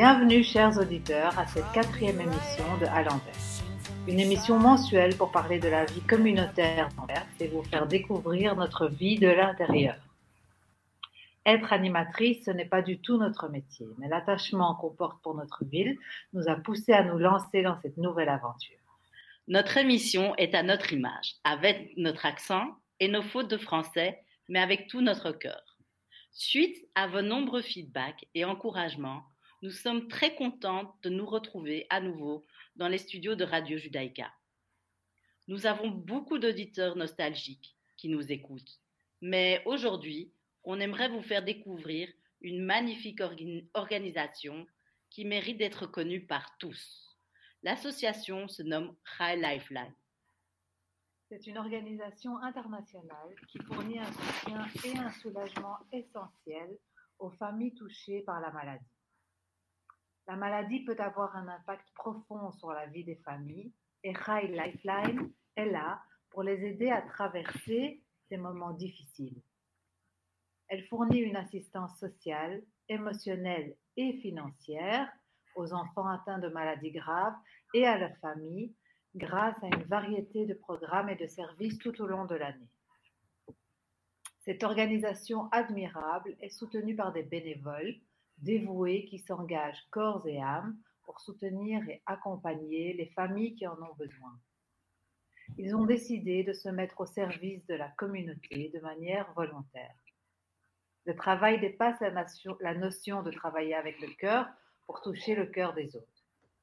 Bienvenue, chers auditeurs, à cette 4e émission de À l'Anvers. Une émission mensuelle pour parler de la vie communautaire d'Anvers et vous faire découvrir notre vie de l'intérieur. Être animatrice, ce n'est pas du tout notre métier, mais l'attachement qu'on porte pour notre ville nous a poussés à nous lancer dans cette nouvelle aventure. Notre émission est à notre image, avec notre accent et nos fautes de français, mais avec tout notre cœur. Suite à vos nombreux feedbacks et encouragements, nous sommes très contentes de nous retrouver à nouveau dans les studios de Radio Judaïka. Nous avons beaucoup d'auditeurs nostalgiques qui nous écoutent, mais aujourd'hui, on aimerait vous faire découvrir une magnifique organisation qui mérite d'être connue par tous. L'association se nomme Chai Lifeline. C'est une organisation internationale qui fournit un soutien et un soulagement essentiel aux familles touchées par la maladie. La maladie peut avoir un impact profond sur la vie des familles et Chai Lifeline est là pour les aider à traverser ces moments difficiles. Elle fournit une assistance sociale, émotionnelle et financière aux enfants atteints de maladies graves et à leurs familles grâce à une variété de programmes et de services tout au long de l'année. Cette organisation admirable est soutenue par des bénévoles dévoués qui s'engagent corps et âme pour soutenir et accompagner les familles qui en ont besoin. Ils ont décidé de se mettre au service de la communauté de manière volontaire. Le travail dépasse la notion de travailler avec le cœur pour toucher le cœur des autres.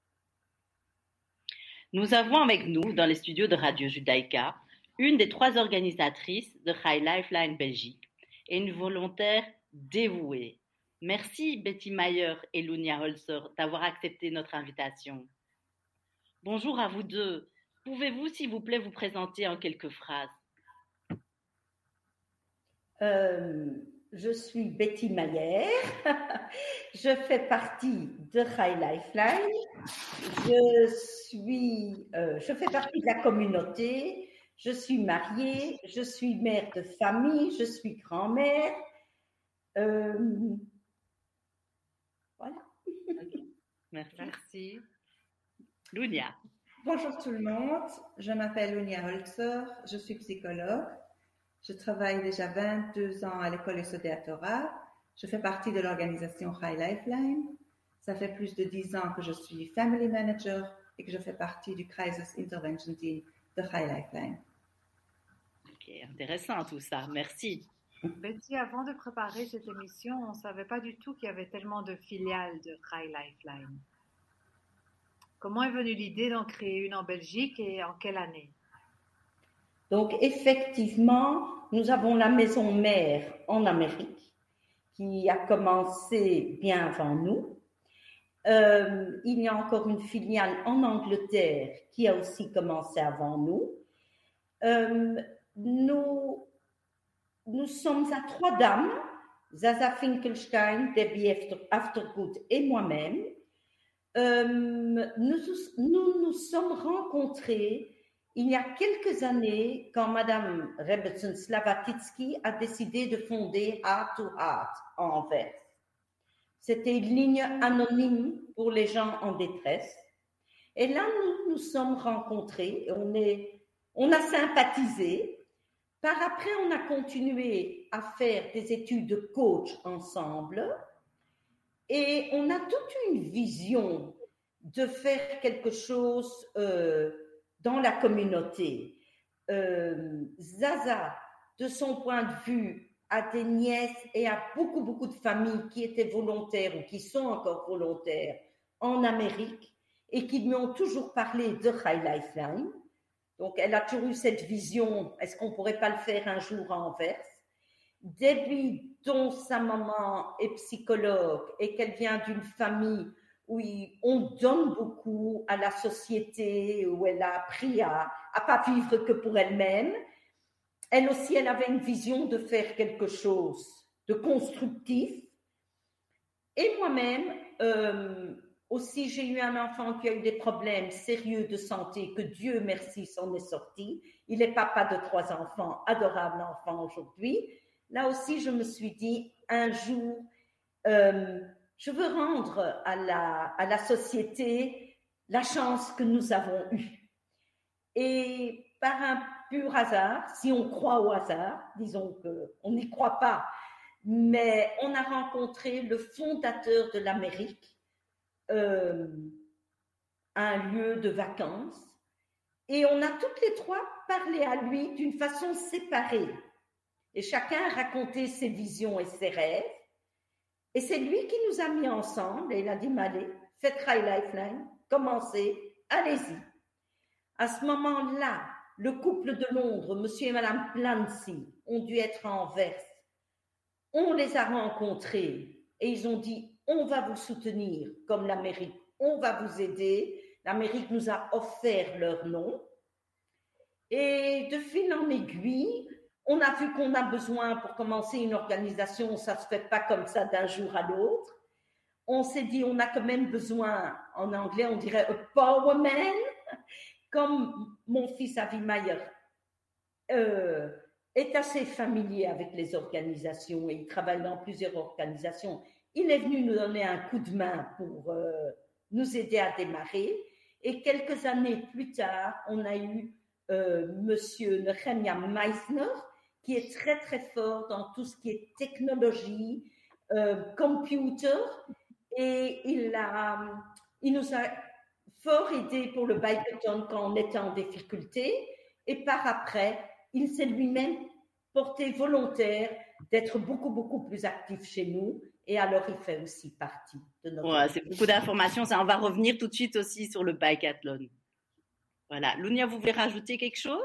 Nous avons avec nous, dans les studios de Radio Judaïka, une des 3 organisatrices de Chai Lifeline Belgique et une volontaire dévouée. Merci Betty Mayer et Lunia Holzer d'avoir accepté notre invitation. Bonjour à vous deux. Pouvez-vous, s'il vous plaît, vous présenter en quelques phrases? Je suis Betty Mayer. Je fais partie de Chai Lifeline. Je fais partie de la communauté. Je suis mariée. Je suis mère de famille. Je suis grand-mère. Voilà. Okay. Merci. Lunia. Bonjour tout le monde. Je m'appelle Lunia Holzer. Je suis psychologue. Je travaille déjà 22 ans à l'école Yesodei Torah. Je fais partie de l'organisation Chai Lifeline. Ça fait plus de 10 ans que je suis family manager et que je fais partie du Crisis Intervention Team de Chai Lifeline. Ok, intéressant tout ça. Merci. Betty, avant de préparer cette émission, on ne savait pas du tout qu'il y avait tellement de filiales de Chai Lifeline. Comment est venue l'idée d'en créer une en Belgique et en quelle année? Donc, effectivement, nous avons la maison mère en Amérique qui a commencé bien avant nous. Il y a encore une filiale en Angleterre qui a aussi commencé avant nous. Nous sommes à 3 dames, Zaza Finkelstein, Debbie Aftergood et moi-même. Nous sommes rencontrés il y a quelques années quand Madame Rebetson-Slavatitsky a décidé de fonder Heart to Heart en Anvers. C'était une ligne anonyme pour les gens en détresse. Et là, nous nous sommes rencontrés, on a sympathisé. Par après, on a continué à faire des études de coach ensemble et on a toute une vision de faire quelque chose dans la communauté. Zaza, de son point de vue, a des nièces et a beaucoup de familles qui étaient volontaires ou qui sont encore volontaires en Amérique et qui lui ont toujours parlé de Chai Lifeline. Donc, elle a toujours eu cette vision, est-ce qu'on ne pourrait pas le faire un jour à Anvers? Debbie, dont sa maman est psychologue et qu'elle vient d'une famille où on donne beaucoup à la société, où elle a appris à pas vivre que pour elle-même. Elle aussi, elle avait une vision de faire quelque chose de constructif. Et moi-même, aussi, j'ai eu un enfant qui a eu des problèmes sérieux de santé, que Dieu merci s'en est sorti. Il est papa de 3 enfants, adorable enfant aujourd'hui. Là aussi, je me suis dit, un jour, je veux rendre à la société la chance que nous avons eue. Et par un pur hasard, si on croit au hasard, disons qu'on n'y croit pas, mais on a rencontré le fondateur de l'Amérique, un lieu de vacances, et on a toutes les trois parlé à lui d'une façon séparée. Et chacun a raconté ses visions et ses rêves. Et c'est lui qui nous a mis ensemble et il a dit, allez, faites High Lifeline, commencez, allez-y. À ce moment-là, le couple de Londres, monsieur et madame Plancy, ont dû être à Anvers. On les a rencontrés et ils ont dit, on va vous soutenir comme l'Amérique, on va vous aider. L'Amérique nous a offert leur nom. Et de fil en aiguille, on a vu qu'on a besoin pour commencer une organisation, ça ne se fait pas comme ça d'un jour à l'autre. On s'est dit, on a quand même besoin, en anglais on dirait a power man, comme mon fils Avi Mayer est assez familier avec les organisations et il travaille dans plusieurs organisations. Il est venu nous donner un coup de main pour nous aider à démarrer. Et quelques années plus tard, on a eu monsieur Nehemia Meissner, qui est très très fort dans tout ce qui est technologie, computer, et il nous a fort aidé pour le Bikeathon quand on était en difficulté, et par après, il s'est lui-même porté volontaire d'être beaucoup beaucoup plus actif chez nous, et alors il fait aussi partie de notre... Ouais, c'est beaucoup d'informations, ça, on va revenir tout de suite aussi sur le Bikeathlon. Voilà, Lunia, vous voulez rajouter quelque chose?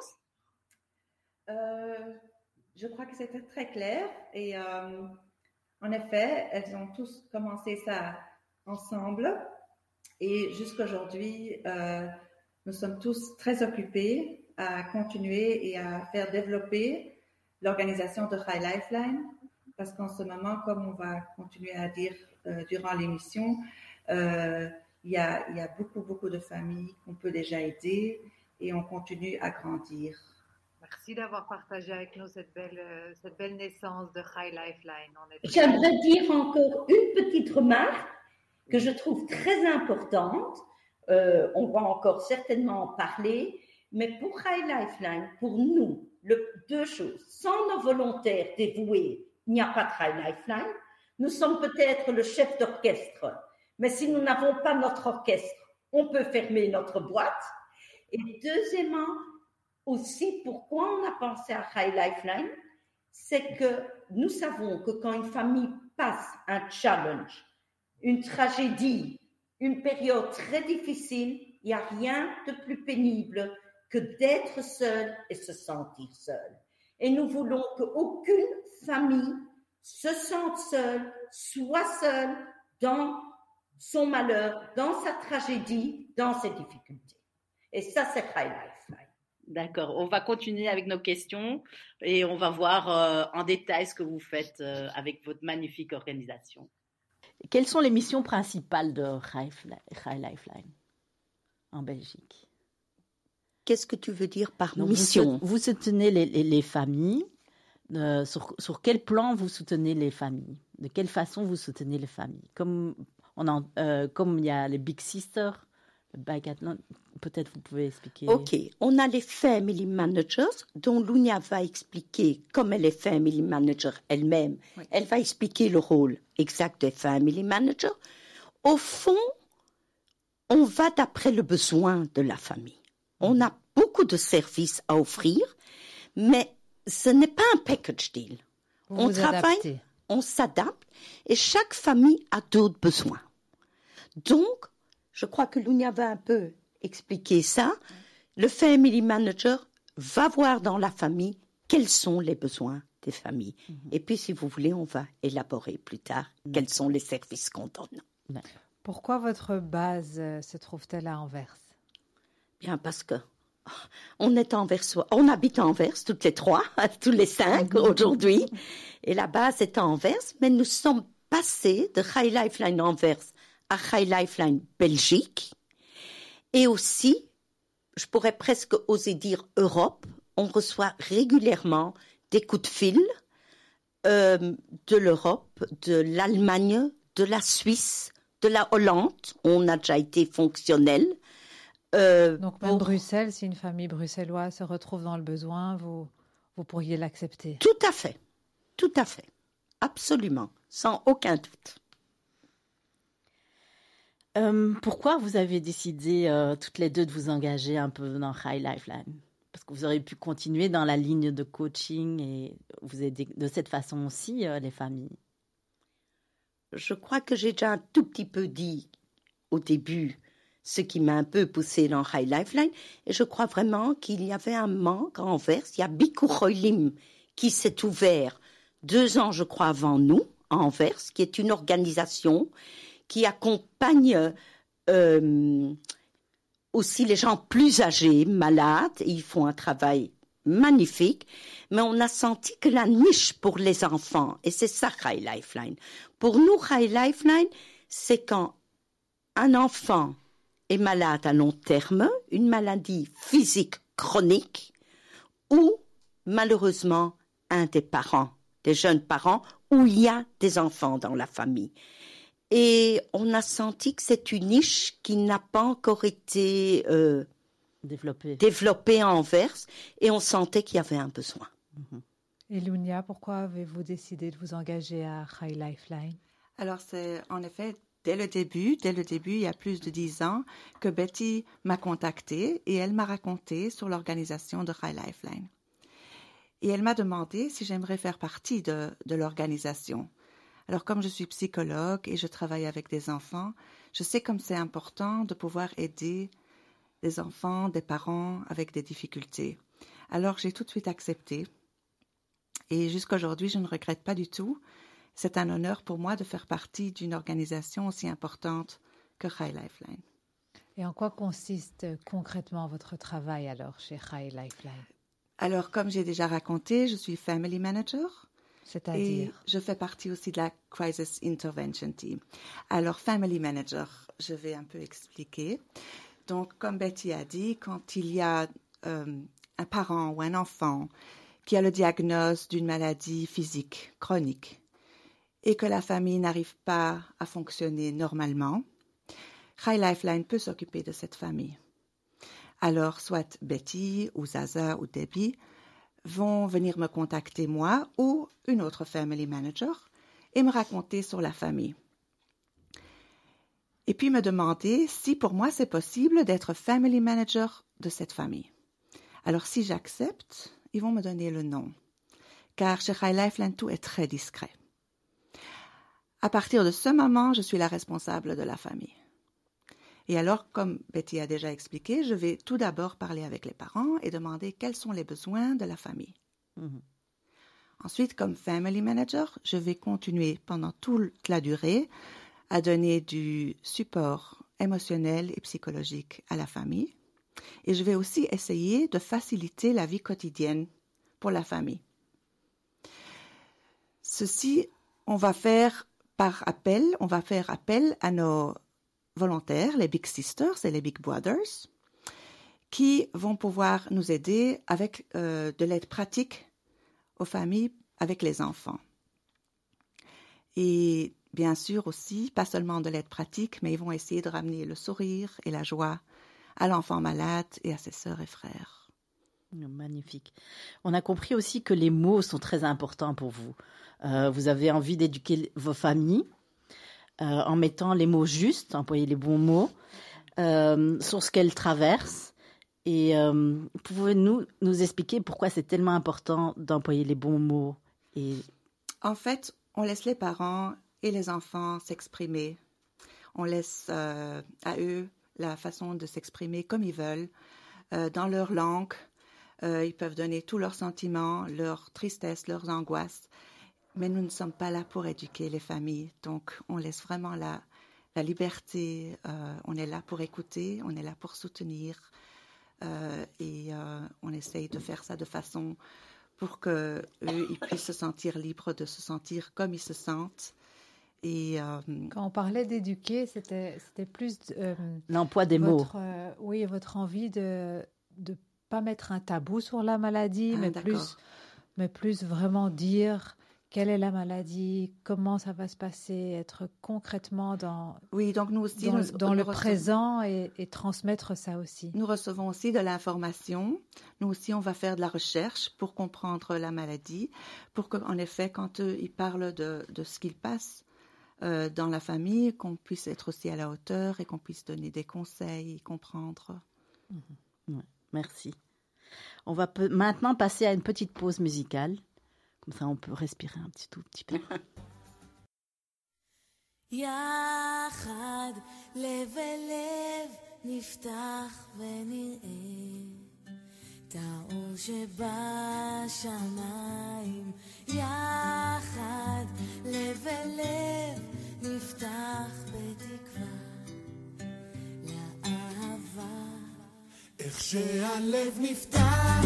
Je crois que c'était très clair et en effet, elles ont tous commencé ça ensemble et jusqu'aujourd'hui, nous sommes tous très occupés à continuer et à faire développer l'organisation de High Lifeline parce qu'en ce moment, comme on va continuer à dire durant l'émission, il y a beaucoup de familles qu'on peut déjà aider et on continue à grandir. Merci d'avoir partagé avec nous cette belle naissance de High Lifeline. J'aimerais dire encore une petite remarque que je trouve très importante. On va encore certainement en parler, mais pour High Lifeline, pour nous, deux choses. Sans nos volontaires dévoués, il n'y a pas de High Lifeline. Nous sommes peut-être le chef d'orchestre, mais si nous n'avons pas notre orchestre, on peut fermer notre boîte. Et deuxièmement, aussi, pourquoi on a pensé à High Lifeline, c'est que nous savons que quand une famille passe un challenge, une tragédie, une période très difficile, il n'y a rien de plus pénible que d'être seul et se sentir seul. Et nous voulons qu'aucune famille se sente seule, soit seule dans son malheur, dans sa tragédie, dans ses difficultés. Et ça, c'est High Lifeline. D'accord, on va continuer avec nos questions et on va voir en détail ce que vous faites avec votre magnifique organisation. Quelles sont les missions principales de High Lifeline en Belgique? Qu'est-ce que tu veux dire par mission? Vous soutenez les familles. Sur quel plan vous soutenez les familles? De quelle façon vous soutenez les familles? Comme il y a les Big Sisters, le Bikeathlon, peut-être vous pouvez expliquer. Ok, on a les Family Managers, dont Lunia va expliquer, comme elle est Family Manager elle-même, oui. Elle va expliquer le rôle exact des Family Managers. Au fond, on va d'après le besoin de la famille. On a beaucoup de services à offrir, mais ce n'est pas un package deal. On travaille, on s'adapte, et chaque famille a d'autres besoins. Donc, je crois que Lunia va un peu expliquer ça. Le Family Manager va voir dans la famille quels sont les besoins des familles. Et puis, si vous voulez, on va élaborer plus tard quels sont les services qu'on donne. Pourquoi votre base se trouve-t-elle à Anvers? Bien, parce que on est anversois. On habite à Anvers, toutes les trois, tous les 5 aujourd'hui. Et la base est à Anvers, mais nous sommes passés de High Lifeline Anvers à High Lifeline Belgique. Et aussi, je pourrais presque oser dire Europe, on reçoit régulièrement des coups de fil de l'Europe, de l'Allemagne, de la Suisse, de la Hollande. On a déjà été fonctionnel. Donc même Bruxelles, si une famille bruxelloise se retrouve dans le besoin, vous pourriez l'accepter. Tout à fait, absolument, sans aucun doute. Pourquoi vous avez décidé toutes les deux de vous engager un peu dans Chai Lifeline? Parce que vous auriez pu continuer dans la ligne de coaching et vous aider de cette façon aussi les familles. Je crois que j'ai déjà un tout petit peu dit au début ce qui m'a un peu poussé dans Chai Lifeline. Et je crois vraiment qu'il y avait un manque à Anvers. Il y a Bikur Cholim qui s'est ouvert 2 ans, je crois, avant nous, à Anvers, qui est une organisation qui accompagne aussi les gens plus âgés, malades. Ils font un travail magnifique, mais on a senti que la niche pour les enfants, et c'est ça Chai Lifeline. Pour nous, Chai Lifeline, c'est quand un enfant est malade à long terme, une maladie physique chronique, ou malheureusement un des parents, des jeunes parents, où il y a des enfants dans la famille. Et on a senti que c'est une niche qui n'a pas encore été développée à Anvers, et on sentait qu'il y avait un besoin. Et Lunia, pourquoi avez-vous décidé de vous engager à Chai Lifeline? Alors, c'est en effet dès le début, il y a plus de 10 ans, que Betty m'a contactée et elle m'a raconté sur l'organisation de Chai Lifeline. Et elle m'a demandé si j'aimerais faire partie de l'organisation. Alors, comme je suis psychologue et je travaille avec des enfants, je sais comme c'est important de pouvoir aider des enfants, des parents avec des difficultés. Alors, j'ai tout de suite accepté. Et jusqu'à aujourd'hui, je ne regrette pas du tout. C'est un honneur pour moi de faire partie d'une organisation aussi importante que Chai Lifeline. Et en quoi consiste concrètement votre travail alors chez Chai Lifeline? Alors, comme j'ai déjà raconté, je suis Family Manager. C'est-à-dire? Et je fais partie aussi de la Crisis Intervention Team. Alors, Family Manager, je vais un peu expliquer. Donc, comme Betty a dit, quand il y a un parent ou un enfant qui a le diagnostic d'une maladie physique chronique et que la famille n'arrive pas à fonctionner normalement, Chai Lifeline peut s'occuper de cette famille. Alors, soit Betty ou Zaza ou Debbie vont venir me contacter moi ou une autre family manager et me raconter sur la famille. Et puis me demander si pour moi c'est possible d'être family manager de cette famille. Alors si j'accepte, ils vont me donner le nom. Car chez Chai Lifeline, tout est très discret. À partir de ce moment, je suis la responsable de la famille. Et alors, comme Betty a déjà expliqué, je vais tout d'abord parler avec les parents et demander quels sont les besoins de la famille. Ensuite, comme family manager, je vais continuer pendant toute la durée à donner du support émotionnel et psychologique à la famille. Et je vais aussi essayer de faciliter la vie quotidienne pour la famille. Ceci, on va faire appel à nos volontaires, les Big Sisters et les Big Brothers, qui vont pouvoir nous aider avec de l'aide pratique aux familles avec les enfants. Et bien sûr aussi, pas seulement de l'aide pratique, mais ils vont essayer de ramener le sourire et la joie à l'enfant malade et à ses sœurs et frères. Magnifique. On a compris aussi que les mots sont très importants pour vous. Vous avez envie d'éduquer vos familles en mettant les mots justes, employer les bons mots sur ce qu'elles traversent. Et pouvez-vous nous expliquer pourquoi c'est tellement important d'employer les bons mots En fait, on laisse les parents et les enfants s'exprimer. On laisse à eux la façon de s'exprimer comme ils veulent, dans leur langue. Ils peuvent donner tous leurs sentiments, leurs tristesses, leurs angoisses. Mais nous ne sommes pas là pour éduquer les familles. Donc, on laisse vraiment la liberté. On est là pour écouter, on est là pour soutenir. Et on essaye de faire ça de façon pour qu'eux, ils puissent se sentir libres de se sentir comme ils se sentent. Et, quand on parlait d'éduquer, c'était plus l'emploi des mots. Oui, votre envie de pas mettre un tabou sur la maladie, mais plus vraiment dire quelle est la maladie, comment ça va se passer, être concrètement dans donc nous aussi, dans le présent et transmettre ça aussi. Nous recevons aussi de l'information. Nous aussi, on va faire de la recherche pour comprendre la maladie, pour qu'en effet, quand ils parlent de ce qu'ils passent dans la famille, qu'on puisse être aussi à la hauteur et qu'on puisse donner des conseils, comprendre. Ouais, merci. On va maintenant passer à une petite pause musicale. Comme ça, on peut respirer un tout petit peu. יחד לב אל לב נפתח ונראה את האור שבשמיים. יחד לב אל לב נפתח בתקווה לאהבה. איך שהלב נפתח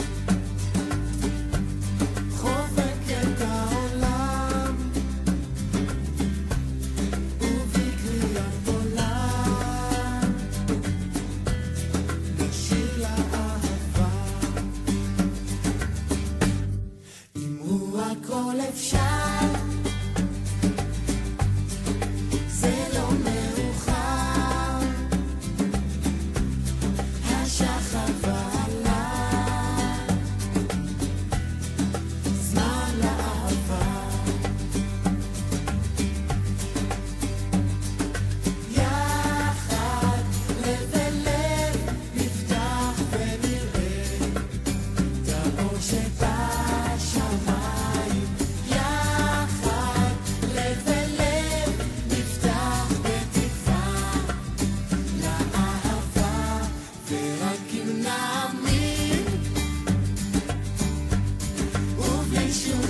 חובק את העולם ובקריאת עולם נשאיר לאהבה. אם הוא הכל אפשר זה לא מאוחר, השחר ועלה זמן לאהבה. יחד לב אל לב נפתח ונראה את האור שבשמיים. יחד לב אל לב נפתח בתקווה לאהבה. ורק אם נאמין ובלי שום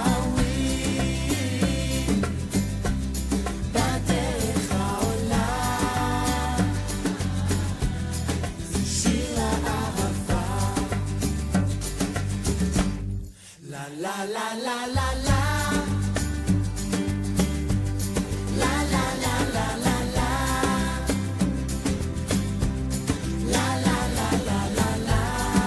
דאווין בדרך העולה זה שיר לאהבה. לה לה לה לה לה לה לה לה לה לה לה לה לה לה לה לה לה לה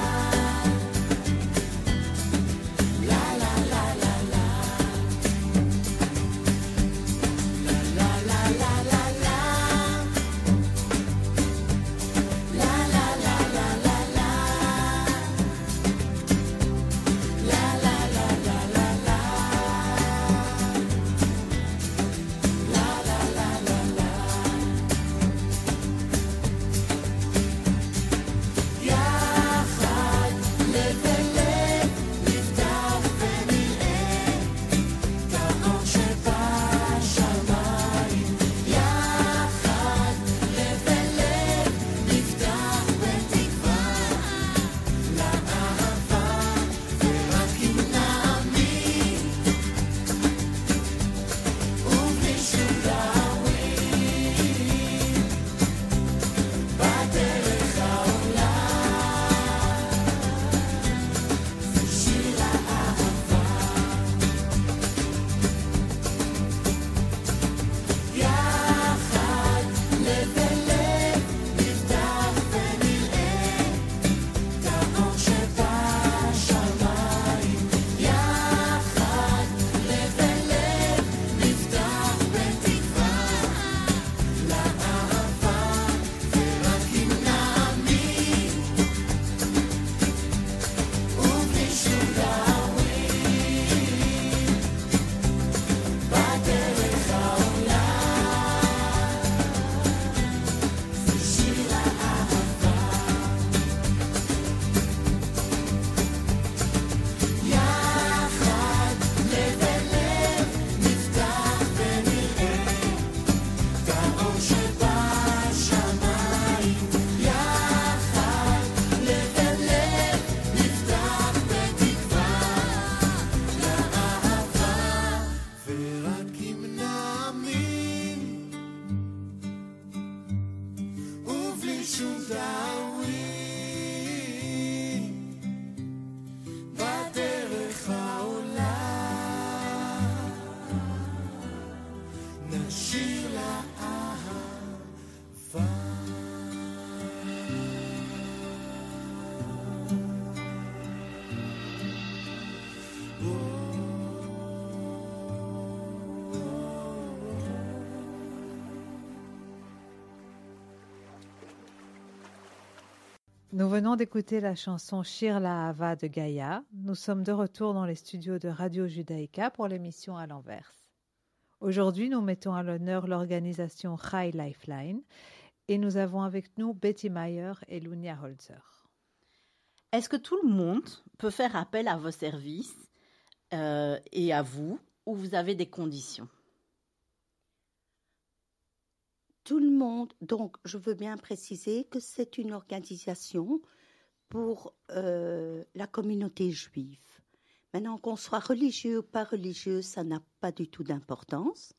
יחד לב אל לב נפתח ונראה את האור שבשמיים. יחד לב אל לב נפתח בתקווה לאהבה. ורק אם נאמין ובלי שום דאווין בדרך העולה זה שיר לאהבה. יחד לב אל לב נפתח ונראה את האור שבשמיים. יחד לב אל לב נפתח בתקווה לאהבה. ורק אם נאמין ובלי שום דאווין בדרך העולה זה שיר לאהבה. יחד לב אל לב נפתח ונראה את האור שבשמיים. יחד לב אל לב נפתח בתקווה לאהבה. ורק אם נאמין ובלי שום דאווין בדרך העולה נשאיר לאהבה. Nous venons d'écouter la chanson Shir Lahava de Gaïa. Nous sommes de retour dans les studios de Radio Judaïka pour l'émission À l'Anvers. Aujourd'hui, nous mettons à l'honneur l'organisation Chai Lifeline et nous avons avec nous Betty Meyer et Lunia Holzer. Est-ce que tout le monde peut faire appel à vos services et à vous, ou vous avez des conditions? Tout le monde, donc je veux bien préciser que c'est une organisation pour la communauté juive. Maintenant, qu'on soit religieux ou pas religieux, ça n'a pas du tout d'importance.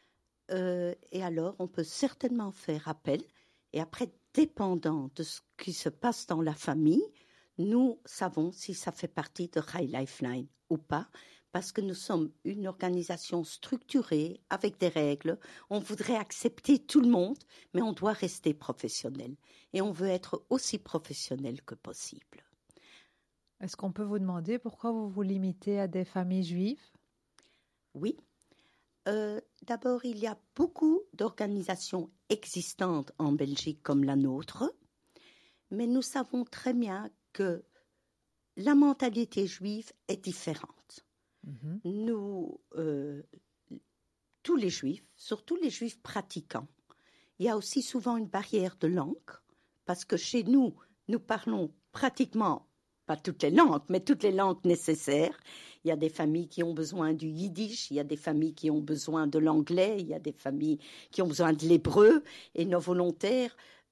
Et alors, on peut certainement faire appel. Et après, dépendant de ce qui se passe dans la famille, nous savons si ça fait partie de Chai Lifeline ou pas, parce que nous sommes une organisation structurée, avec des règles. On voudrait accepter tout le monde, mais on doit rester professionnel. Et on veut être aussi professionnel que possible. Est-ce qu'on peut vous demander pourquoi vous vous limitez à des familles juives? Oui. D'abord, il y a beaucoup d'organisations existantes en Belgique comme la nôtre, mais nous savons très bien que la mentalité juive est différente. Nous, tous les juifs, surtout les juifs pratiquants, il y a aussi souvent une barrière de langue, parce que chez nous, nous parlons pratiquement, pas toutes les langues, mais toutes les langues nécessaires. Il y a des familles qui ont besoin du yiddish, il y a des familles qui ont besoin de l'anglais, il y a des familles qui ont besoin de l'hébreu, et nos volontaires,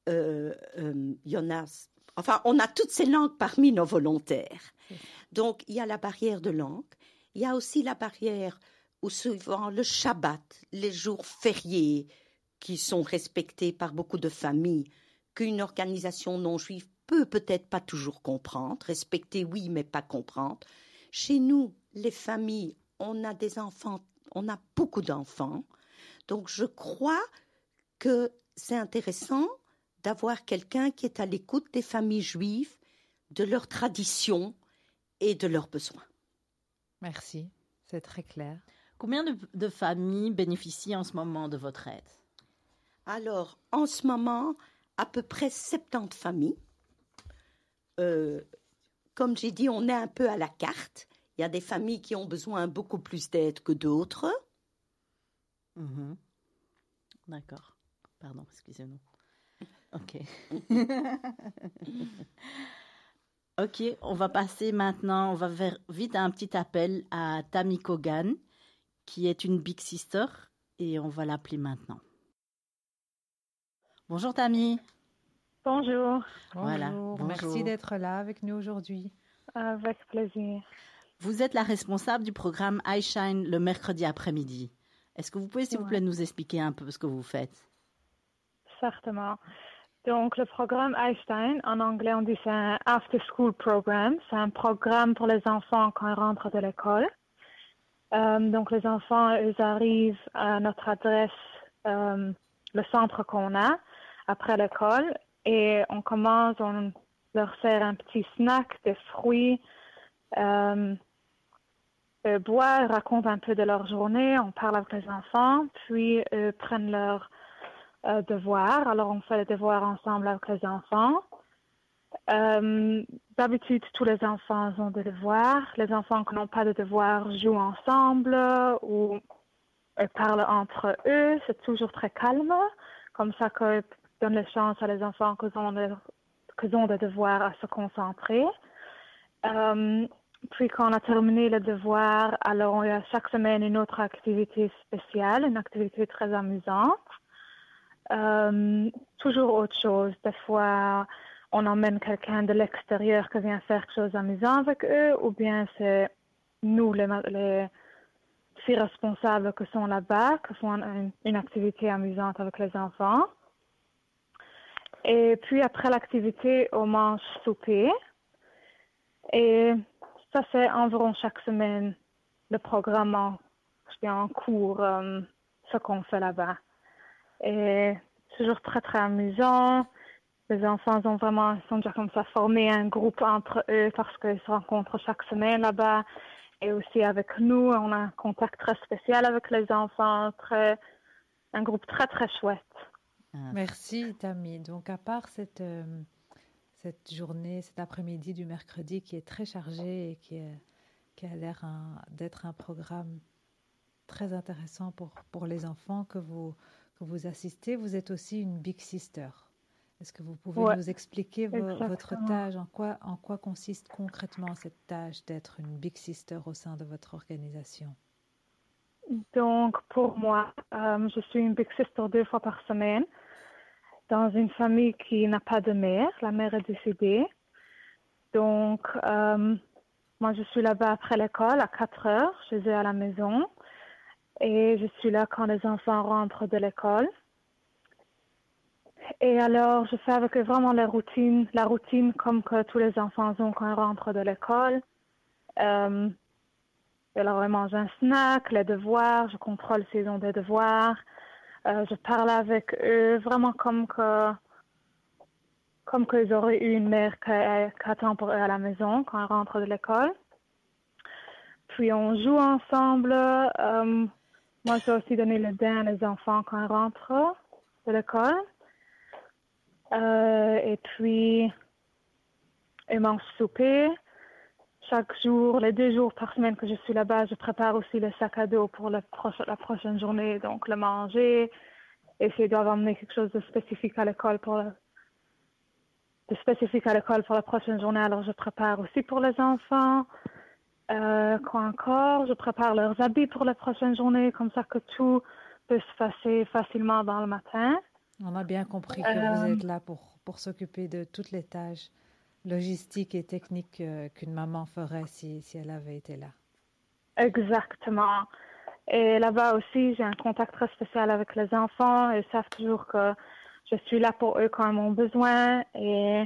il y en a... Enfin, on a toutes ces langues parmi nos volontaires. Donc, il y a la barrière de langue. Il y a aussi la barrière où souvent le Shabbat, les jours fériés qui sont respectés par beaucoup de familles, qu'une organisation non juive peut-être pas toujours comprendre. Respecter, oui, mais pas comprendre. Chez nous, les familles, on a des enfants, on a beaucoup d'enfants. Donc, je crois que c'est intéressant d'avoir quelqu'un qui est à l'écoute des familles juives, de leurs traditions et de leurs besoins. Merci, c'est très clair. Combien de familles bénéficient en ce moment de votre aide? Alors, en ce moment, à peu près 70 familles. Comme j'ai dit, on est un peu à la carte. Il y a des familles qui ont besoin beaucoup plus d'aide que d'autres. D'accord. Pardon, excusez-nous. Ok. Ok, on va passer maintenant, on va faire vite un petit appel à Tammy Kogan, qui est une Big Sister, et on va l'appeler maintenant. Bonjour Tammy. Bonjour. Voilà, Bonjour. bonjour. Merci d'être là avec nous aujourd'hui. Avec plaisir. Vous êtes la responsable du programme iShine le mercredi après-midi. Est-ce que vous pouvez, s'il vous plaît, nous expliquer un peu ce que vous faites? Certainement. Donc, le programme Einstein, en anglais, on dit c'est un after-school program. C'est un programme pour les enfants quand ils rentrent de l'école. Donc, les enfants, ils arrivent à notre adresse, le centre qu'on a, après l'école. Et on commence, on leur sert un petit snack, des fruits, boire, racontent un peu de leur journée, on parle avec les enfants, puis prennent leurs devoirs. Alors, on fait les devoirs ensemble avec les enfants. D'habitude, tous les enfants ont des devoirs. Les enfants qui n'ont pas de devoirs jouent ensemble ou parlent entre eux. C'est toujours très calme, comme ça que donne les chances à les enfants qu'ils ont des devoirs à se concentrer. Puis quand on a terminé le devoir, alors il y a chaque semaine une autre activité spéciale, une activité très amusante. Toujours autre chose. Des fois, on emmène quelqu'un de l'extérieur qui vient faire quelque chose d'amusant avec eux, ou bien c'est nous, les filles responsables qui sont là-bas, qui font une activité amusante avec les enfants. Et puis après l'activité, on mange souper. Et ça, c'est environ chaque semaine le programme en cours, ce qu'on fait là-bas. Et c'est toujours très, très amusant. Les enfants sont déjà comme ça formés un groupe entre eux parce qu'ils se rencontrent chaque semaine là-bas. Et aussi avec nous, on a un contact très spécial avec les enfants, un groupe très, très chouette. Merci Tammy. Donc à part cette cette journée, cet après-midi du mercredi qui est très chargé et qui a l'air d'être un programme très intéressant pour les enfants que vous assistez. Vous êtes aussi une Big Sister. Est-ce que vous pouvez nous expliquer votre tâche, en quoi consiste concrètement cette tâche d'être une Big Sister au sein de votre organisation? Donc, pour moi, je suis une Big Sister 2 fois par semaine dans une famille qui n'a pas de mère. La mère est décédée. Donc, moi, je suis là-bas après l'école à 4 heures, chez eux à la maison. Et je suis là quand les enfants rentrent de l'école. Et alors, je fais avec eux vraiment la routine comme que tous les enfants ont quand ils rentrent de l'école. Alors, ils mangent un snack, les devoirs, je contrôle s'ils ont des devoirs. Je parle avec eux vraiment comme qu'ils auraient eu une mère qui attend pour eux à la maison quand ils rentrent de l'école. Puis, on joue ensemble. Moi, je dois aussi donner le bain aux enfants quand ils rentrent de l'école. Et puis, ils mangent souper. Chaque jour, les 2 jours par semaine que je suis là-bas, je prépare aussi le sac à dos pour la prochaine journée. Donc, le manger. Et s'ils doivent emmener quelque chose de spécifique à l'école pour la prochaine journée, alors je prépare aussi pour les enfants. Quoi encore? Je prépare leurs habits pour la prochaine journée, comme ça que tout peut se passer facilement dans le matin. On a bien compris que vous êtes là pour s'occuper de toutes les tâches logistiques et techniques qu'une maman ferait si elle avait été là. Exactement. Et là-bas aussi, j'ai un contact très spécial avec les enfants. Ils savent toujours que je suis là pour eux quand ils ont besoin. Et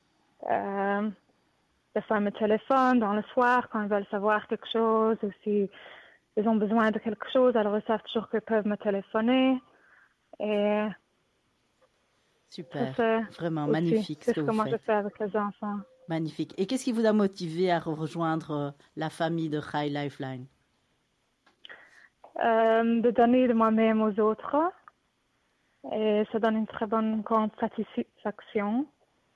des fois, ils me téléphonent dans le soir quand ils veulent savoir quelque chose ou s'ils ont besoin de quelque chose. Alors, ils savent toujours qu'ils peuvent me téléphoner. Et super, vraiment magnifique ce que vous faites. C'est ce que moi je fais avec les enfants. Magnifique. Et qu'est-ce qui vous a motivé à rejoindre la famille de Chai Lifeline? De donner de moi-même aux autres. Et ça donne une très grande satisfaction.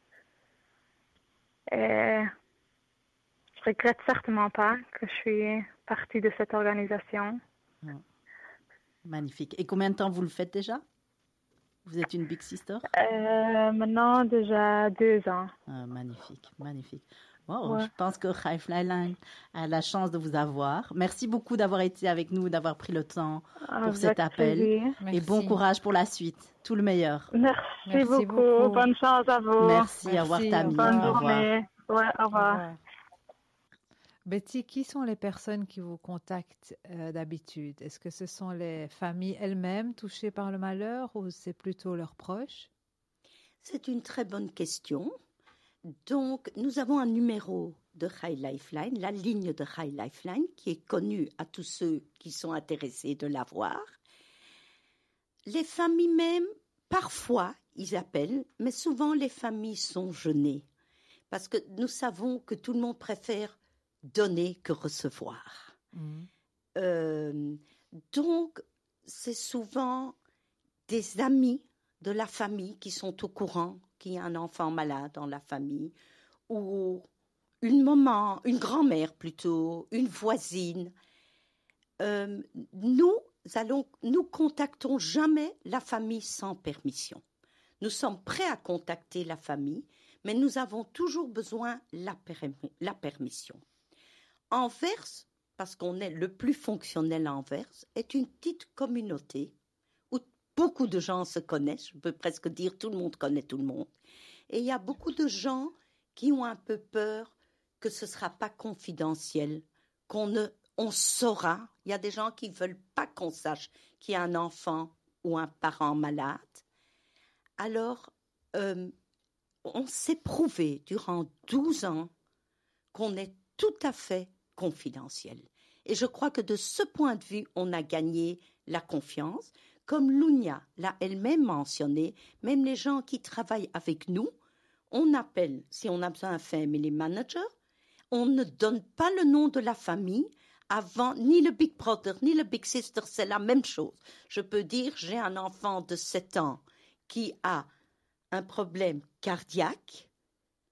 Et je regrette certainement pas que je suis partie de cette organisation. Magnifique. Et combien de temps vous le faites déjà? Vous êtes une Big Sister? Maintenant, déjà 2 ans. Magnifique, magnifique. Wow, je pense que Chai Lifeline a la chance de vous avoir. Merci beaucoup d'avoir été avec nous, d'avoir pris le temps pour cet appel. Et bon courage pour la suite. Tout le meilleur. Merci beaucoup. Bonne chance à vous. Merci. Au revoir, Tammy. Bonne journée. Ouais, au revoir. Betty, qui sont les personnes qui vous contactent d'habitude? Est-ce que ce sont les familles elles-mêmes touchées par le malheur ou c'est plutôt leurs proches? C'est une très bonne question. Donc, nous avons un numéro de Chai Lifeline, la ligne de Chai Lifeline, qui est connue à tous ceux qui sont intéressés de l'avoir. Les familles même, parfois, ils appellent, mais souvent les familles sont gênées. Parce que nous savons que tout le monde préfère donner que recevoir. Donc, c'est souvent des amis de la famille qui sont au courant qu'il y a un enfant malade dans la famille, ou une maman, une grand-mère plutôt, une voisine. Nous contactons jamais la famille sans permission. Nous sommes prêts à contacter la famille, mais nous avons toujours besoin la permission. Anvers, parce qu'on est le plus fonctionnel à Anvers, est une petite communauté où beaucoup de gens se connaissent. Je peux presque dire tout le monde connaît tout le monde. Et il y a beaucoup de gens qui ont un peu peur que ce ne sera pas confidentiel, on saura. Il y a des gens qui ne veulent pas qu'on sache qu'il y a un enfant ou un parent malade. Alors, on s'est prouvé durant 12 ans qu'on est tout à fait confidentiel. Et je crois que de ce point de vue, on a gagné la confiance. Comme Lunia l'a elle-même mentionné, même les gens qui travaillent avec nous, on appelle, si on a besoin d'un family manager, on ne donne pas le nom de la famille avant, ni le Big Brother, ni le Big Sister, c'est la même chose. Je peux dire, j'ai un enfant de 7 ans qui a un problème cardiaque,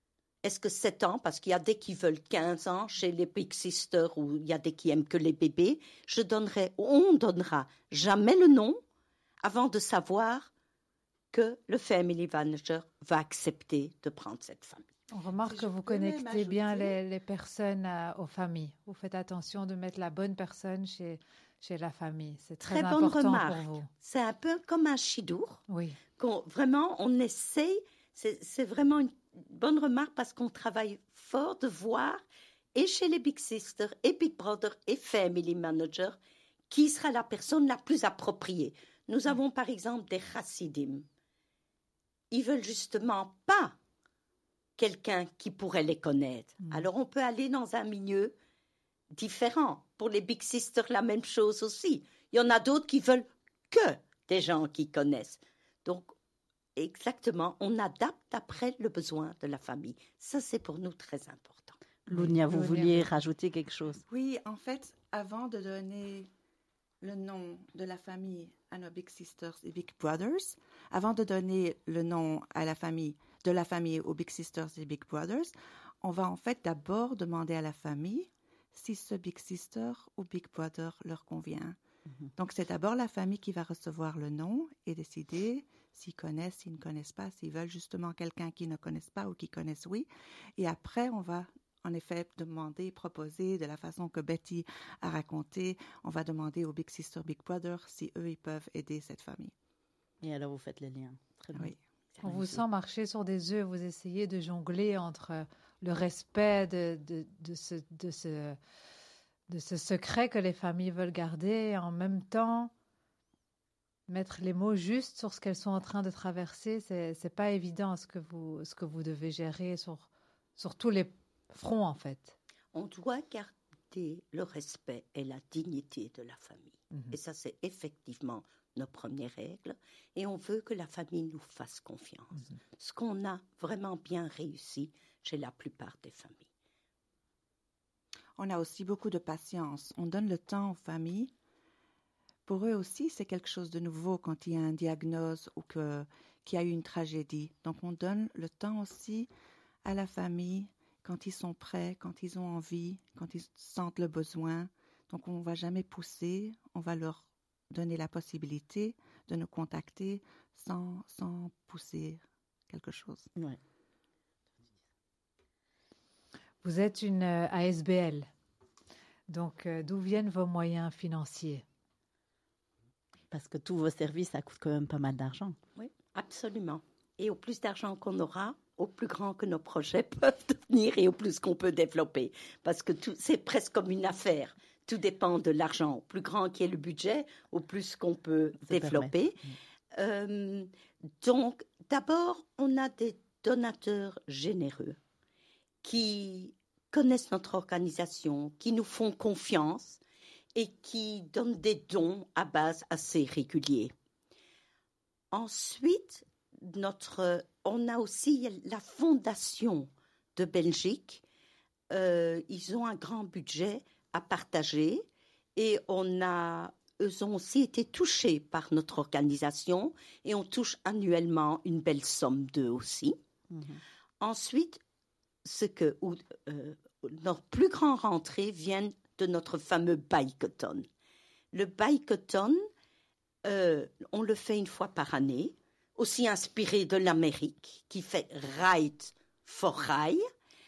est-ce que 7 ans, parce qu'il y a des qui veulent 15 ans chez les Big Sisters ou il y a des qui aiment que les bébés, on donnera jamais le nom avant de savoir que le Family Manager va accepter de prendre cette famille. On remarque que vous connectez bien les personnes aux familles. Vous faites attention de mettre la bonne personne chez la famille. C'est très bonne important remarque. pour vous. C'est un peu comme un chidour. Oui. Vraiment, on essaye, c'est vraiment une bonne remarque parce qu'on travaille fort de voir, et chez les Big Sisters, et Big Brother, et Family Manager, qui sera la personne la plus appropriée. Nous avons par exemple des chassidim. Ils veulent justement pas quelqu'un qui pourrait les connaître. Alors on peut aller dans un milieu différent. Pour les Big Sisters, la même chose aussi. Il y en a d'autres qui veulent que des gens qui connaissent. Donc, exactement, on adapte après le besoin de la famille. Ça, c'est pour nous très important. Lounia, vous vouliez rajouter quelque chose? Oui, en fait, avant de donner le nom de la famille à nos Big Sisters et Big Brothers, avant de donner le nom à de la famille aux Big Sisters et Big Brothers, on va en fait d'abord demander à la famille si ce Big Sister ou Big Brother leur convient. Donc, c'est d'abord la famille qui va recevoir le nom et décider s'ils connaissent, s'ils ne connaissent pas, s'ils veulent justement quelqu'un qu'ils ne connaissent pas ou qui connaissent oui. Et après, on va en effet demander, proposer de la façon que Betty a raconté, on va demander aux Big Sister, Big Brother si eux, ils peuvent aider cette famille. Et alors, vous faites les liens. Très bien. Oui. On vous sent marcher sur des œufs, vous essayez de jongler entre le respect de ce secret que les familles veulent garder et en même temps mettre les mots justes sur ce qu'elles sont en train de traverser. C'est pas évident ce que vous devez gérer sur tous les fronts en fait. On doit garder le respect et la dignité de la famille. Et ça, c'est effectivement nos premières règles. Et on veut que la famille nous fasse confiance. Ce qu'on a vraiment bien réussi chez la plupart des familles. On a aussi beaucoup de patience. On donne le temps aux familles. Pour eux aussi, c'est quelque chose de nouveau quand il y a un diagnostic ou qu'il y a eu une tragédie. Donc, on donne le temps aussi à la famille quand ils sont prêts, quand ils ont envie, quand ils sentent le besoin. Donc, on ne va jamais pousser. On va leur donner la possibilité de nous contacter sans pousser quelque chose. Ouais. Vous êtes une ASBL, donc d'où viennent vos moyens financiers? Parce que tous vos services, ça coûte quand même pas mal d'argent. Oui, absolument. Et au plus d'argent qu'on aura, au plus grand que nos projets peuvent devenir et au plus qu'on peut développer. Parce que c'est presque comme une affaire. Tout dépend de l'argent. Au plus grand qui est le budget, au plus qu'on peut développer. Donc, d'abord, on a des donateurs généreux qui connaissent notre organisation, qui nous font confiance et qui donnent des dons à base assez réguliers. Ensuite, on a aussi la Fondation de Belgique. Ils ont un grand budget à partager et eux ont aussi été touchés par notre organisation et on touche annuellement une belle somme d'eux aussi. Ensuite, nos plus grandes rentrées viennent de notre fameux bikeathon. Le bikeathon, on le fait une fois par année, aussi inspiré de l'Amérique, qui fait Ride for Rail.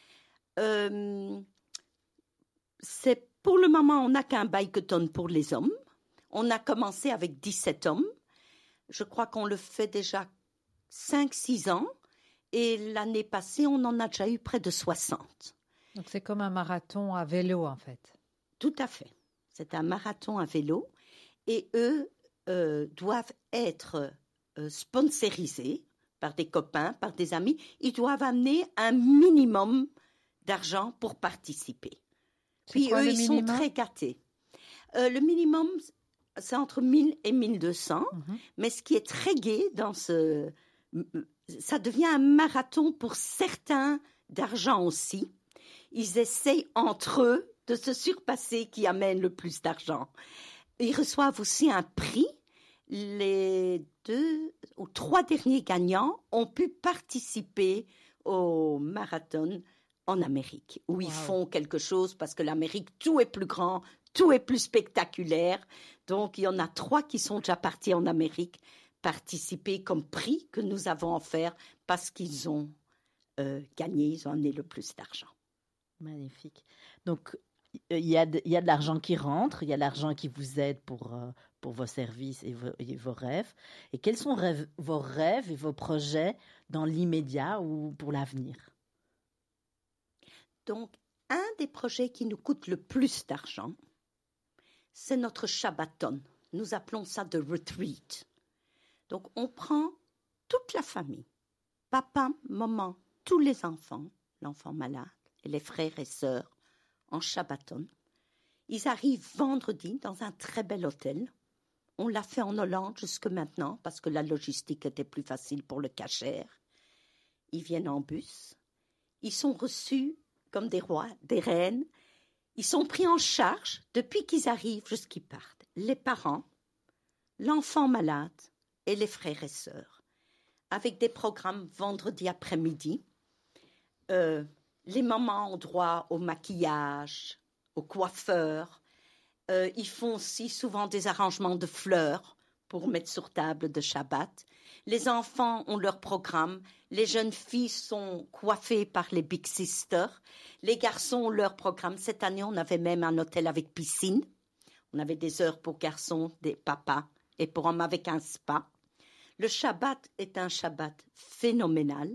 Pour le moment, on n'a qu'un bikeathon pour les hommes. On a commencé avec 17 hommes. Je crois qu'on le fait déjà 5-6 ans. Et l'année passée, on en a déjà eu près de 60. Donc c'est comme un marathon à vélo en fait. Tout à fait. C'est un marathon à vélo. Et eux doivent être sponsorisés par des copains, par des amis. Ils doivent amener un minimum d'argent pour participer. Puis eux, ils sont très gâtés. Le minimum, c'est entre 1000 et 1200. Mais ce qui est très gai dans ça devient un marathon pour certains d'argent aussi. Ils essayent entre eux de se surpasser qui amène le plus d'argent. Ils reçoivent aussi un prix. Les 2 ou 3 derniers gagnants ont pu participer au marathon en Amérique, où ils font quelque chose, parce que l'Amérique, tout est plus grand, tout est plus spectaculaire. Donc, il y en a 3 qui sont déjà partis en Amérique, participer comme prix que nous avons offert, parce qu'ils ont gagné, ils ont amené le plus d'argent. Magnifique. Donc, il y a de l'argent qui rentre, il y a l'argent qui vous aide pour vos services et vos rêves. Et quels sont vos rêves et vos projets dans l'immédiat ou pour l'avenir? Donc, un des projets qui nous coûte le plus d'argent, c'est notre Shabbaton. Nous appelons ça de retreat. Donc, on prend toute la famille, papa, maman, tous les enfants, l'enfant malade et les frères et sœurs, en Shabbaton. Ils arrivent vendredi dans un très bel hôtel. On l'a fait en Hollande jusque maintenant parce que la logistique était plus facile pour le kasher. Ils viennent en bus. Ils sont reçus comme des rois, des reines. Ils sont pris en charge depuis qu'ils arrivent jusqu'ils partent. Les parents, l'enfant malade et les frères et sœurs. Avec des programmes vendredi après-midi. Les mamans ont droit au maquillage, au coiffeur. Ils font aussi souvent des arrangements de fleurs pour mettre sur table de Shabbat. Les enfants ont leur programme. Les jeunes filles sont coiffées par les Big Sisters. Les garçons ont leur programme. Cette année, on avait même un hôtel avec piscine. On avait des heures pour garçons, des papas, et pour hommes avec un spa. Le Shabbat est un Shabbat phénoménal.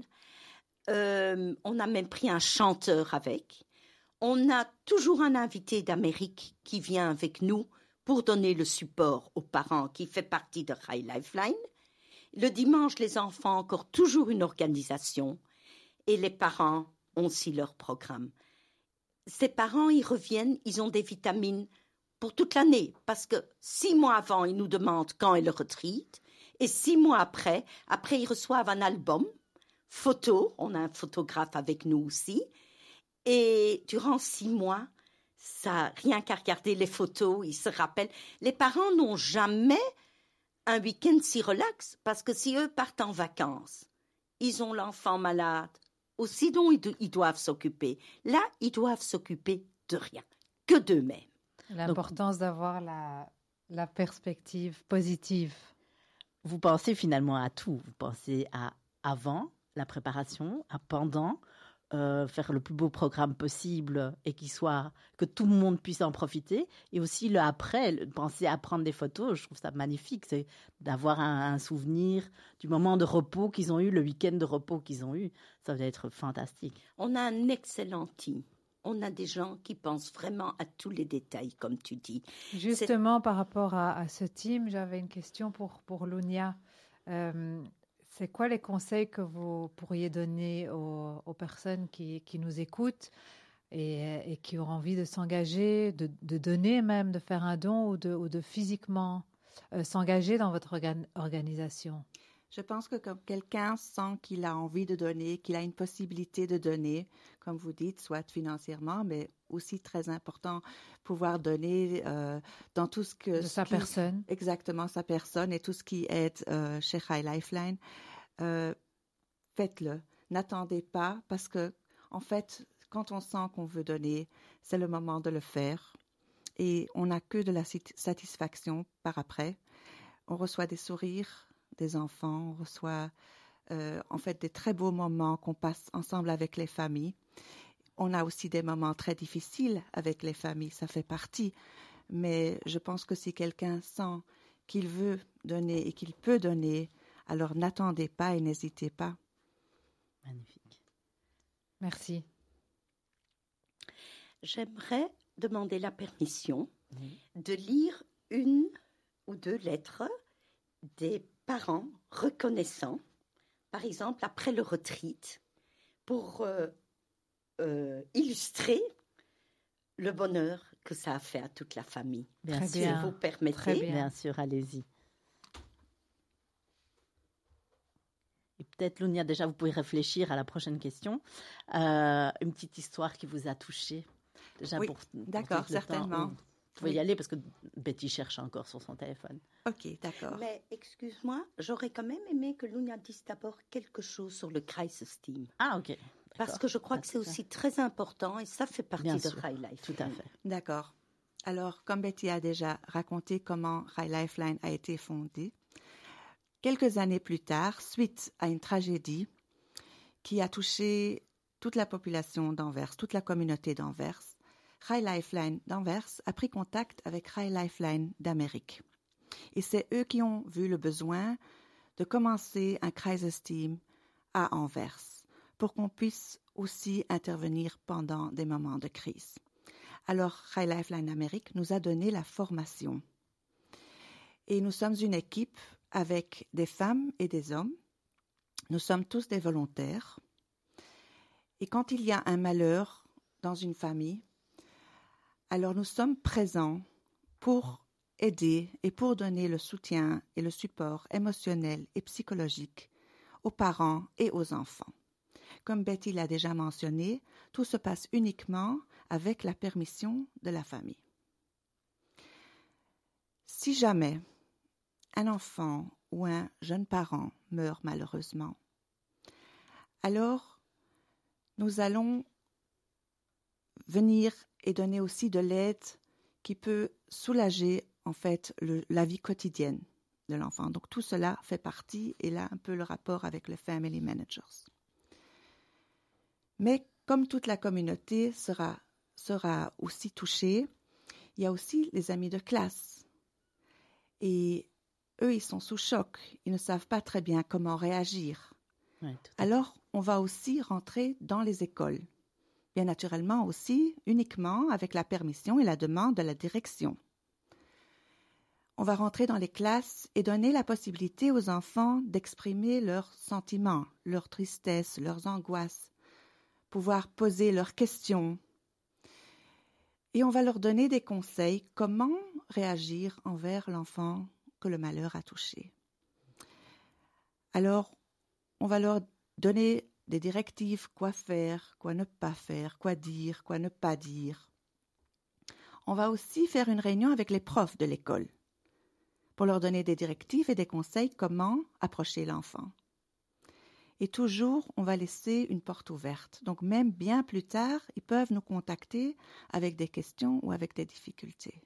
On a même pris un chanteur avec. On a toujours un invité d'Amérique qui vient avec nous pour donner le support aux parents, qui fait partie de High Lifeline. Le dimanche, les enfants ont encore toujours une organisation et les parents ont aussi leur programme. Ces parents, ils reviennent, ils ont des vitamines pour toute l'année parce que 6 mois avant, ils nous demandent quand est le retreat et 6 mois après, ils reçoivent un album, photo, on a un photographe avec nous aussi et durant 6 mois, ça, rien qu'à regarder les photos, ils se rappellent. Les parents n'ont jamais un week-end si relax, parce que si eux partent en vacances, ils ont l'enfant malade, aussi dont ils doivent s'occuper. Là, ils doivent s'occuper de rien, que d'eux-mêmes. L'importance d'avoir la perspective positive. Vous pensez finalement à tout. Vous pensez à avant, la préparation, à pendant, faire le plus beau programme possible et que tout le monde puisse en profiter. Et aussi le après, penser à prendre des photos, je trouve ça magnifique. C'est d'avoir un souvenir du moment de repos qu'ils ont eu, le week-end de repos qu'ils ont eu. Ça va être fantastique. On a un excellent team. On a des gens qui pensent vraiment à tous les détails, comme tu dis. Justement, par rapport à ce team, j'avais une question pour Lunia. C'est quoi les conseils que vous pourriez donner aux personnes qui nous écoutent et qui ont envie de s'engager, de donner même, de faire un don ou de physiquement s'engager dans votre organisation? Je pense que quand quelqu'un sent qu'il a envie de donner, qu'il a une possibilité de donner, comme vous dites, soit financièrement, mais aussi très important, pouvoir donner dans tout ce que... Sa personne. Exactement, sa personne et tout ce qui aide chez High Lifeline. Faites-le. N'attendez pas parce que, en fait, quand on sent qu'on veut donner, c'est le moment de le faire. Et on n'a que de la satisfaction par après. On reçoit des sourires des enfants, on reçoit en fait des très beaux moments qu'on passe ensemble avec les familles. On a aussi des moments très difficiles avec les familles, ça fait partie. Mais je pense que si quelqu'un sent qu'il veut donner et qu'il peut donner, alors n'attendez pas et n'hésitez pas. Magnifique. Merci. J'aimerais demander la permission de lire 1 ou 2 lettres des parents reconnaissants, par exemple après le retreat, pour illustrer le bonheur que ça a fait à toute la famille. Bien si sûr. vous permettez. Très bien sûr, allez-y. Et peut-être, Lunia, déjà, vous pouvez réfléchir à la prochaine question. Une petite histoire qui vous a touché. Déjà oui, d'accord, certainement. Vous pouvez y aller parce que Betty cherche encore sur son téléphone. Ok, d'accord. Mais excuse-moi, j'aurais quand même aimé que Lunia dise d'abord quelque chose sur le Kreisesteam. Ah, ok. Parce que je crois que c'est aussi très important et ça fait partie Bien de sûr, High Life. tout à fait. D'accord. Alors, comme Betty a déjà raconté comment High Lifeline a été fondée, quelques années plus tard, suite à une tragédie qui a touché toute la population d'Anvers, toute la communauté d'Anvers, High Lifeline d'Anvers a pris contact avec High Lifeline d'Amérique. Et c'est eux qui ont vu le besoin de commencer un Kreisesteam à Anvers pour qu'on puisse aussi intervenir pendant des moments de crise. Alors, High Lifeline Amérique nous a donné la formation. Et nous sommes une équipe avec des femmes et des hommes. Nous sommes tous des volontaires. Et quand il y a un malheur dans une famille, alors nous sommes présents pour aider et pour donner le soutien et le support émotionnel et psychologique aux parents et aux enfants. Comme Betty l'a déjà mentionné, tout se passe uniquement avec la permission de la famille. Si jamais un enfant ou un jeune parent meurt malheureusement, alors nous allons venir et donner aussi de l'aide qui peut soulager en fait la vie quotidienne de l'enfant. Donc tout cela fait partie et là un peu le rapport avec les Family Managers. Mais comme toute la communauté sera aussi touchée, il y a aussi les amis de classe. Et eux, ils sont sous choc. Ils ne savent pas très bien comment réagir. Ouais, alors, on va aussi rentrer dans les écoles. Bien naturellement aussi, uniquement avec la permission et la demande de la direction. On va rentrer dans les classes et donner la possibilité aux enfants d'exprimer leurs sentiments, leurs tristesses, leurs angoisses, pouvoir poser leurs questions. Et on va leur donner des conseils comment réagir envers l'enfant que le malheur a touché. Alors, on va leur donner des directives, quoi faire, quoi ne pas faire, quoi dire, quoi ne pas dire. On va aussi faire une réunion avec les profs de l'école pour leur donner des directives et des conseils comment approcher l'enfant. Et toujours, on va laisser une porte ouverte. Donc même bien plus tard, ils peuvent nous contacter avec des questions ou avec des difficultés.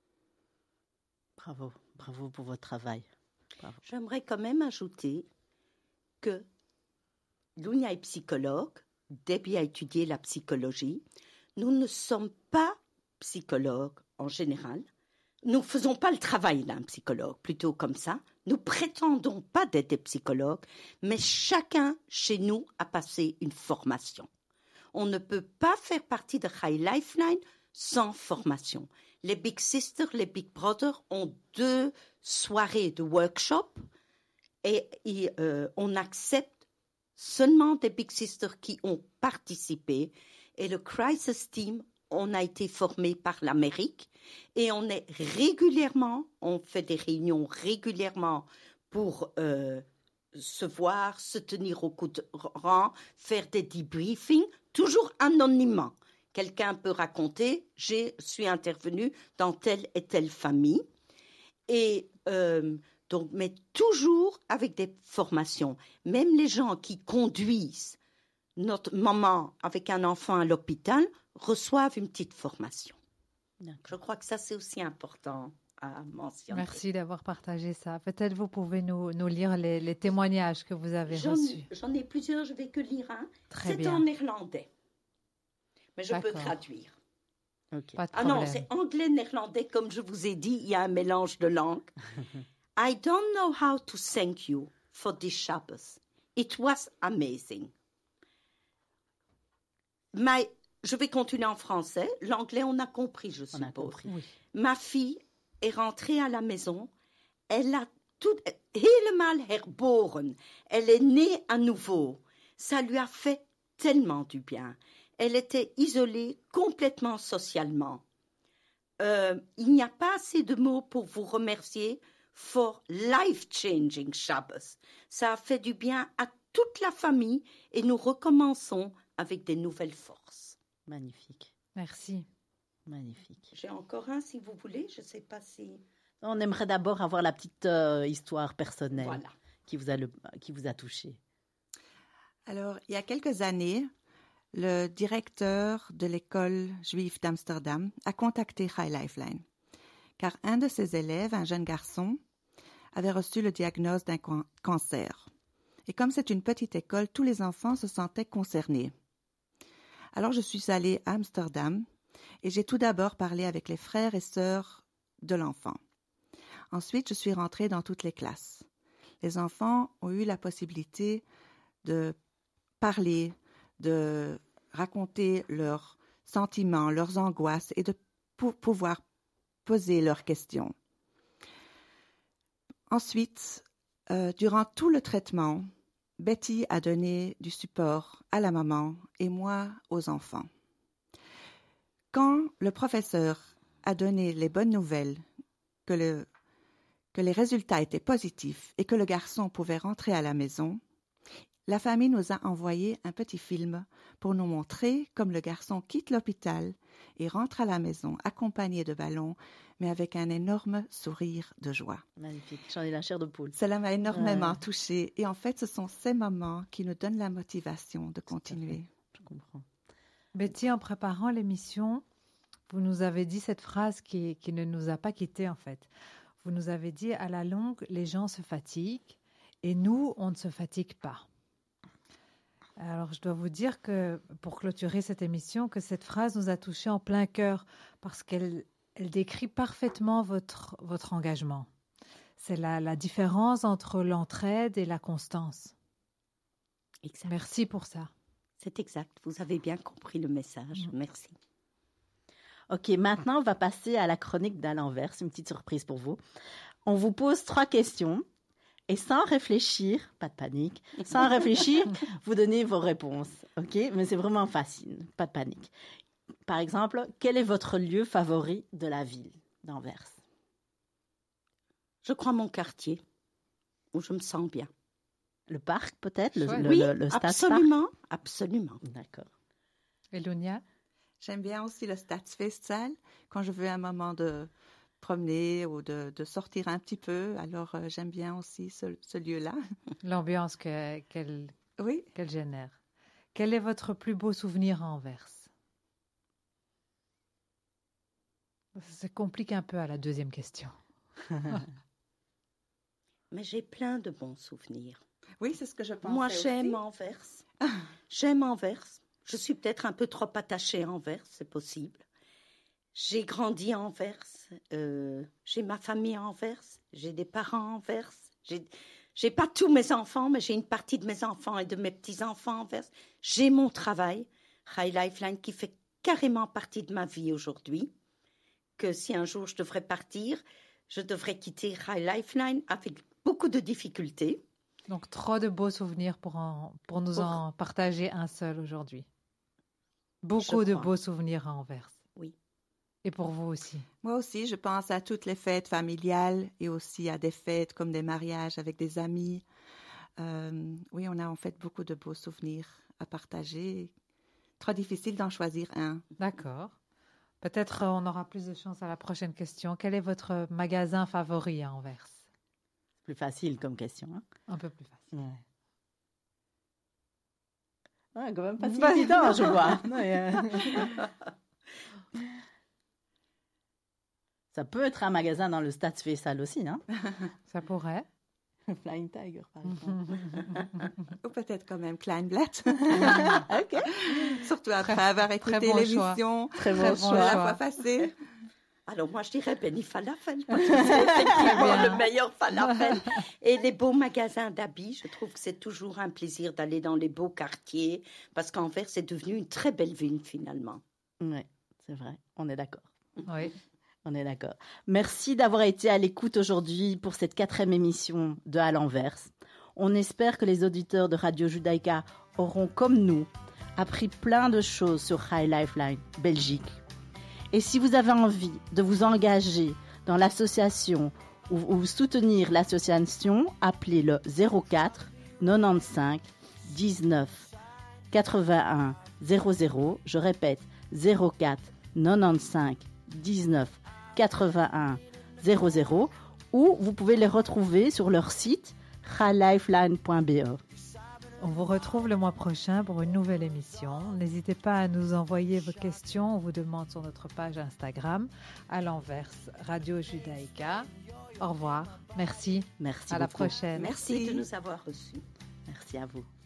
Bravo, bravo pour votre travail. Bravo. J'aimerais quand même ajouter que Lunia est psychologue, Debbie a étudié la psychologie. Nous ne sommes pas psychologues en général. Nous ne faisons pas le travail d'un psychologue, plutôt comme ça. Nous prétendons pas d'être des psychologues, mais chacun chez nous a passé une formation. On ne peut pas faire partie de High Lifeline sans formation. Les Big Sisters, les Big Brothers ont 2 soirées de workshop et on accepte seulement des Big Sisters qui ont participé. Et le Kreisesteam, on a été formé par l'Amérique et on fait des réunions régulièrement pour se voir, se tenir au courant, faire des debriefings, toujours anonymement. Quelqu'un peut raconter, je suis intervenu dans telle et telle famille. Et donc, mais toujours avec des formations. Même les gens qui conduisent notre maman avec un enfant à l'hôpital reçoivent une petite formation. Je crois que ça, c'est aussi important à mentionner. Merci d'avoir partagé ça. Peut-être vous pouvez nous lire les témoignages que vous avez reçus. J'en ai plusieurs, je ne vais que lire un. Très bien. C'est en néerlandais, mais je peux traduire. Okay. Pas de problème. Non, c'est anglais-néerlandais, comme je vous ai dit, il y a un mélange de langues. I don't know how to thank you for this Shabbos. It was amazing. Je vais continuer en français. L'anglais, on a compris, je suppose. On a compris. Oui. Ma fille est rentrée à la maison. Elle a tout helemaal herboren. Elle est née à nouveau. Ça lui a fait tellement du bien. Elle était isolée complètement socialement. Il n'y a pas assez de mots pour vous remercier for life-changing Shabbos. Ça a fait du bien à toute la famille et nous recommençons avec des nouvelles forces. Magnifique. Merci. Magnifique. J'ai encore un si vous voulez, je ne sais pas si... On aimerait d'abord avoir la petite histoire personnelle Voilà. qui vous a touché. Alors, il y a quelques années, le directeur de l'école juive d'Amsterdam a contacté Chai Lifeline, car un de ses élèves, un jeune garçon, avait reçu le diagnostic d'un cancer. Et comme c'est une petite école, tous les enfants se sentaient concernés. Alors, je suis allée à Amsterdam et j'ai tout d'abord parlé avec les frères et sœurs de l'enfant. Ensuite, je suis rentrée dans toutes les classes. Les enfants ont eu la possibilité de parler, de raconter leurs sentiments, leurs angoisses et de pouvoir poser leurs questions. Ensuite, durant tout le traitement, Betty a donné du support à la maman et moi aux enfants. Quand le professeur a donné les bonnes nouvelles que les résultats étaient positifs et que le garçon pouvait rentrer à la maison, la famille nous a envoyé un petit film pour nous montrer comme le garçon quitte l'hôpital et rentre à la maison accompagné de ballons, mais avec un énorme sourire de joie. Magnifique, j'en ai la chair de poule. Cela m'a énormément touchée. Et en fait, ce sont ces moments qui nous donnent la motivation de continuer. Je comprends. Betty, en préparant l'émission, vous nous avez dit cette phrase qui ne nous a pas quittés en fait. Vous nous avez dit, à la longue, les gens se fatiguent et nous, on ne se fatigue pas. Alors, je dois vous dire que, pour clôturer cette émission, que cette phrase nous a touchés en plein cœur parce qu'elle décrit parfaitement votre engagement. C'est la différence entre l'entraide et la constance. Exact. Merci pour ça. C'est exact. Vous avez bien compris le message. Merci. Ok, maintenant, on va passer à la chronique d'à l'envers. C'est une petite surprise pour vous. On vous pose 3 questions. Et sans réfléchir, pas de panique, sans réfléchir, vous donnez vos réponses, ok? Mais c'est vraiment facile, pas de panique. Par exemple, quel est votre lieu favori de la ville d'Anvers? Je crois mon quartier, où je me sens bien. Le parc peut-être? Le Stadspark? Absolument, absolument. D'accord. Et Lunia? J'aime bien aussi le Stadsfestsaal, quand je veux un moment de promener ou de sortir un petit peu. Alors, j'aime bien aussi ce lieu-là. L'ambiance qu'elle génère. Quel est votre plus beau souvenir à Anvers? Ça complique un peu à la deuxième question. Mais j'ai plein de bons souvenirs. Oui, c'est ce que je pensais. Moi, j'aime Anvers. J'aime Anvers. Je suis peut-être un peu trop attachée à Anvers, c'est possible. J'ai grandi à Anvers, j'ai ma famille à Anvers, j'ai des parents à Anvers, j'ai pas tous mes enfants, mais j'ai une partie de mes enfants et de mes petits-enfants à Anvers. J'ai mon travail, Chai Lifeline, qui fait carrément partie de ma vie aujourd'hui, que si un jour je devrais partir, je devrais quitter Chai Lifeline avec beaucoup de difficultés. Donc, trop de beaux souvenirs pour nous en partager un seul aujourd'hui. Beaucoup de beaux souvenirs à Anvers. Oui. Et pour vous aussi? Moi aussi, je pense à toutes les fêtes familiales et aussi à des fêtes comme des mariages avec des amis. Oui, on a en fait beaucoup de beaux souvenirs à partager. Trop difficile d'en choisir un. D'accord. Peut-être on aura plus de chance à la prochaine question. Quel est votre magasin favori à Anvers? Plus facile comme question. Hein? Un peu plus facile. Ouais, quand même pas si évident, je vois. Ça peut être un magasin dans le Stadsfestsaal aussi, hein? Ça pourrait. Flying Tiger, par exemple. Ou peut-être quand même Kleinblatt. Ok. Surtout après avoir écouté l'émission. Très bon choix. La fois passée. Alors moi, je dirais Benny Falafel, parce que c'est effectivement le meilleur falafel. Et les beaux magasins d'habits, je trouve que c'est toujours un plaisir d'aller dans les beaux quartiers, parce qu'Anvers, c'est devenu une très belle ville, finalement. Oui, c'est vrai, on est d'accord. Oui. On est d'accord. Merci d'avoir été à l'écoute aujourd'hui pour cette 4e émission de À l'envers. On espère que les auditeurs de Radio Judaïka auront, comme nous, appris plein de choses sur Chai Lifeline Belgique. Et si vous avez envie de vous engager dans l'association ou soutenir l'association, appelez le 04 95 19 81 00. Je répète, 04 95 19 81 00 ou vous pouvez les retrouver sur leur site chaylifeline.be. On vous retrouve le mois prochain pour une nouvelle émission. N'hésitez pas à nous envoyer vos questions. On vous demande sur notre page Instagram, à l'envers, Radio Judaïka. Au revoir. Merci. Merci à la beaucoup. prochaine. Merci de nous avoir reçus. Merci à vous.